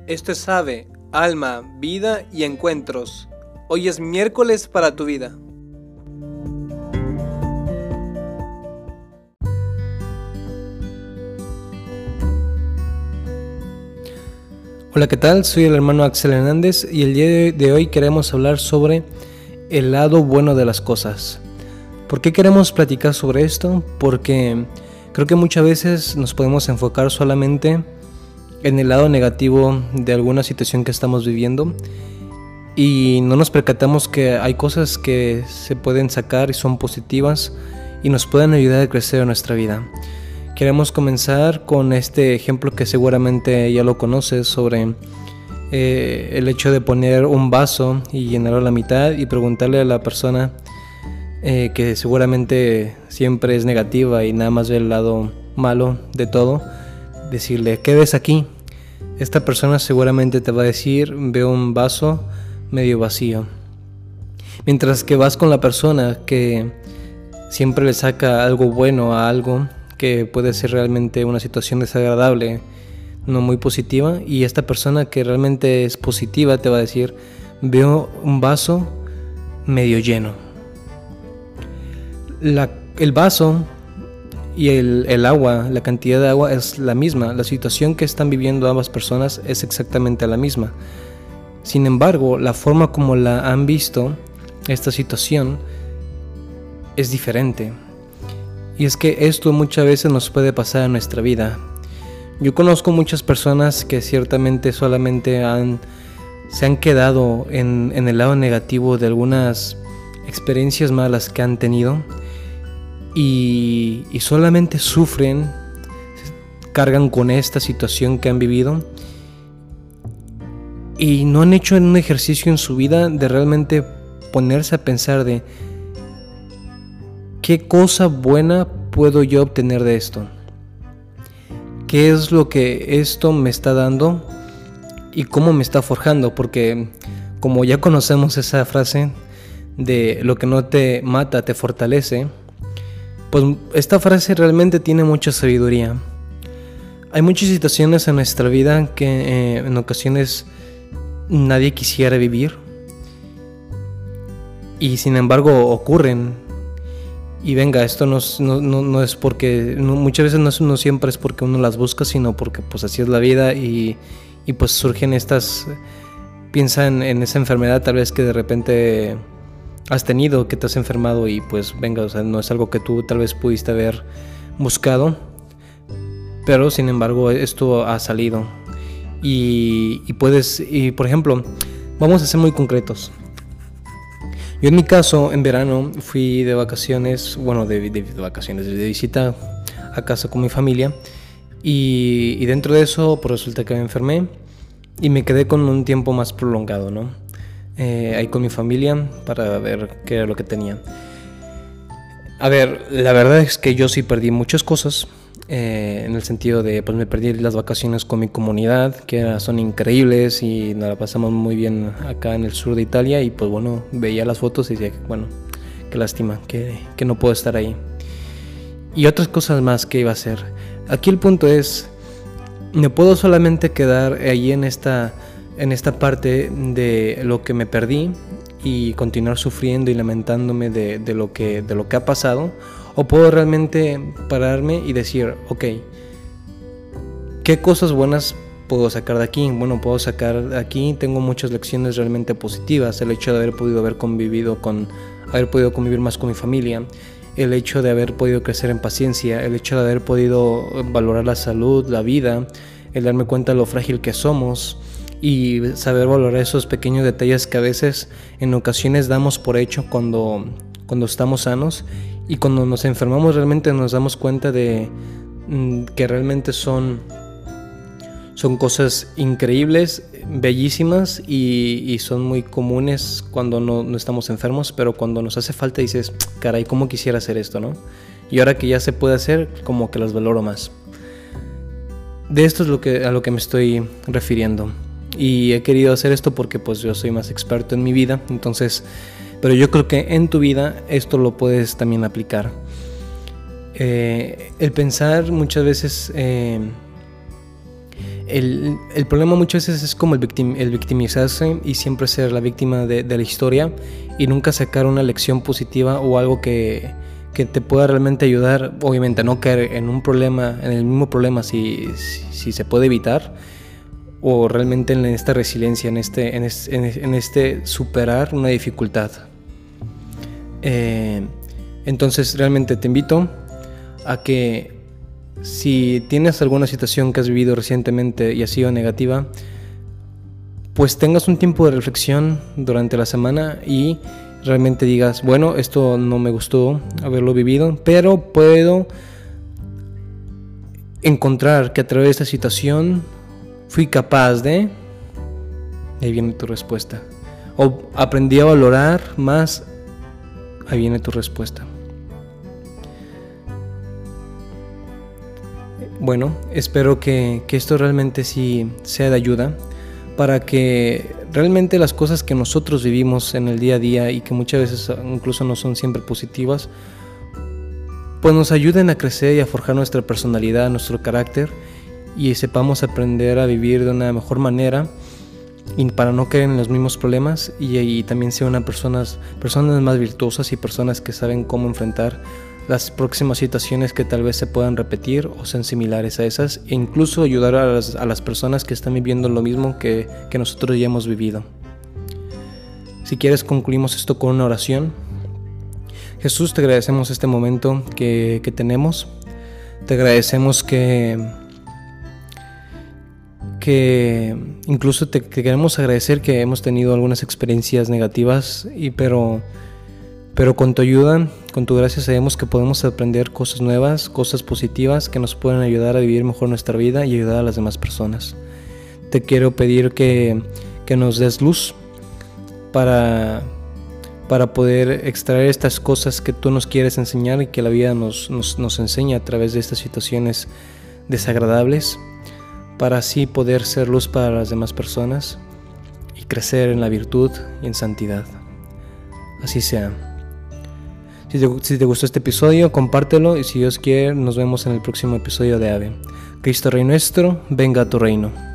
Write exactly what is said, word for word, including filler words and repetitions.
Esto es Ave, Alma, Vida y Encuentros. Hoy es miércoles para tu vida. Hola, ¿qué tal? Soy el hermano Axel Hernández y el día de hoy queremos hablar sobre el lado bueno de las cosas. ¿Por qué queremos platicar sobre esto? Porque creo que muchas veces nos podemos enfocar solamente en el lado negativo de alguna situación que estamos viviendo y no nos percatamos que hay cosas que se pueden sacar y son positivas y nos pueden ayudar a crecer en nuestra vida. Queremos comenzar con este ejemplo que seguramente ya lo conoces sobre eh, el hecho de poner un vaso y llenarlo a la mitad y preguntarle a la persona eh, que seguramente siempre es negativa y nada más ve el lado malo de todo, decirle, ¿qué ves aquí? Esta persona seguramente te va a decir, veo un vaso medio vacío. Mientras que vas con la persona que siempre le saca algo bueno a algo, que puede ser realmente una situación desagradable, no muy positiva, y esta persona que realmente es positiva te va a decir, veo un vaso medio lleno. La, el vaso y el, el agua, la cantidad de agua es la misma, la situación que están viviendo ambas personas es exactamente la misma. Sin embargo, la forma como la han visto esta situación es diferente. Y es que esto muchas veces nos puede pasar en nuestra vida. Yo conozco muchas personas que ciertamente solamente han, se han quedado en, en el lado negativo de algunas experiencias malas que han tenido. Y, y solamente sufren, cargan con esta situación que han vivido y no han hecho un ejercicio en su vida de realmente ponerse a pensar de qué cosa buena puedo yo obtener de esto, qué es lo que esto me está dando y cómo me está forjando, porque como ya conocemos esa frase de lo que no te mata te fortalece, pues esta frase realmente tiene mucha sabiduría. Hay muchas situaciones en nuestra vida que eh, en ocasiones nadie quisiera vivir y sin embargo ocurren. Y venga, esto no, no, no, no es porque, no, muchas veces no, no siempre es porque uno las busca, sino porque pues así es la vida y, y pues surgen estas, piensa en, en esa enfermedad tal vez que de repente has tenido, que te has enfermado y pues venga, o sea, no es algo que tú tal vez pudiste haber buscado, pero sin embargo esto ha salido y, y puedes, y por ejemplo, vamos a ser muy concretos. Yo en mi caso, en verano, fui de vacaciones, bueno, de, de, de vacaciones, de visita a casa con mi familia y, y dentro de eso pues resulta que me enfermé y me quedé con un tiempo más prolongado, ¿no? Eh, ahí con mi familia para ver qué era lo que tenía. A ver, la verdad es que yo sí perdí muchas cosas, eh, en el sentido de, pues me perdí las vacaciones con mi comunidad, que era, son increíbles y nos la pasamos muy bien acá en el sur de Italia y pues bueno, veía las fotos y decía, bueno, qué lástima que, que no puedo estar ahí. Y otras cosas más que iba a hacer. Aquí el punto es, me puedo solamente quedar ahí en esta... en esta parte de lo que me perdí y continuar sufriendo y lamentándome de, de, lo que, de lo que ha pasado, o puedo realmente pararme y decir, ok, ¿qué cosas buenas puedo sacar de aquí? Bueno, puedo sacar de aquí, tengo muchas lecciones realmente positivas, el hecho de haber podido haber convivido con, haber podido convivir más con mi familia, el hecho de haber podido crecer en paciencia, el hecho de haber podido valorar la salud, la vida, el darme cuenta de lo frágil que somos, y saber valorar esos pequeños detalles que a veces en ocasiones damos por hecho cuando, cuando estamos sanos y cuando nos enfermamos realmente nos damos cuenta de mm, que realmente son, son cosas increíbles, bellísimas y, y son muy comunes cuando no, no estamos enfermos, pero cuando nos hace falta dices, caray, ¿cómo quisiera hacer esto, no? Y ahora que ya se puede hacer, como que las valoro más. De esto es lo que, a lo que me estoy refiriendo. Y he querido hacer esto porque pues yo soy más experto en mi vida, entonces, pero yo creo que en tu vida esto lo puedes también aplicar. Eh, el pensar muchas veces eh, el, el problema muchas veces es como el, victim, el victimizarse y siempre ser la víctima de, de la historia y nunca sacar una lección positiva o algo que, que te pueda realmente ayudar. Obviamente no caer en un problema, en el mismo problema si, si, si se puede evitar, o realmente en esta resiliencia, en este, en este, en este superar una dificultad. Eh, entonces realmente te invito a que si tienes alguna situación que has vivido recientemente y ha sido negativa, pues tengas un tiempo de reflexión durante la semana y realmente digas, bueno, esto no me gustó haberlo vivido, pero puedo encontrar que a través de esta situación fui capaz de... Ahí viene tu respuesta. O aprendí a valorar más. Ahí viene tu respuesta. Bueno, espero que, que esto realmente sí sea de ayuda para que realmente las cosas que nosotros vivimos en el día a día y que muchas veces incluso no son siempre positivas, pues nos ayuden a crecer y a forjar nuestra personalidad, nuestro carácter, y sepamos aprender a vivir de una mejor manera y para no caer en los mismos problemas, y, y también ser una personas, personas más virtuosas y personas que saben cómo enfrentar las próximas situaciones que tal vez se puedan repetir o sean similares a esas, e incluso ayudar a las, a las personas que están viviendo lo mismo que, que nosotros ya hemos vivido. Si quieres, concluimos esto con una oración. Jesús, te agradecemos este momento que, que tenemos. Te agradecemos que, que incluso te, te queremos agradecer que hemos tenido algunas experiencias negativas, y, pero, pero con tu ayuda, con tu gracia, sabemos que podemos aprender cosas nuevas, cosas positivas que nos pueden ayudar a vivir mejor nuestra vida y ayudar a las demás personas. Te quiero pedir que, que nos des luz para... para poder extraer estas cosas que tú nos quieres enseñar y que la vida nos, nos, nos enseña a través de estas situaciones desagradables, para así poder ser luz para las demás personas y crecer en la virtud y en santidad. Así sea. Si te, si te gustó este episodio, compártelo, y si Dios quiere, nos vemos en el próximo episodio de Ave. Cristo Rey nuestro, venga a tu reino.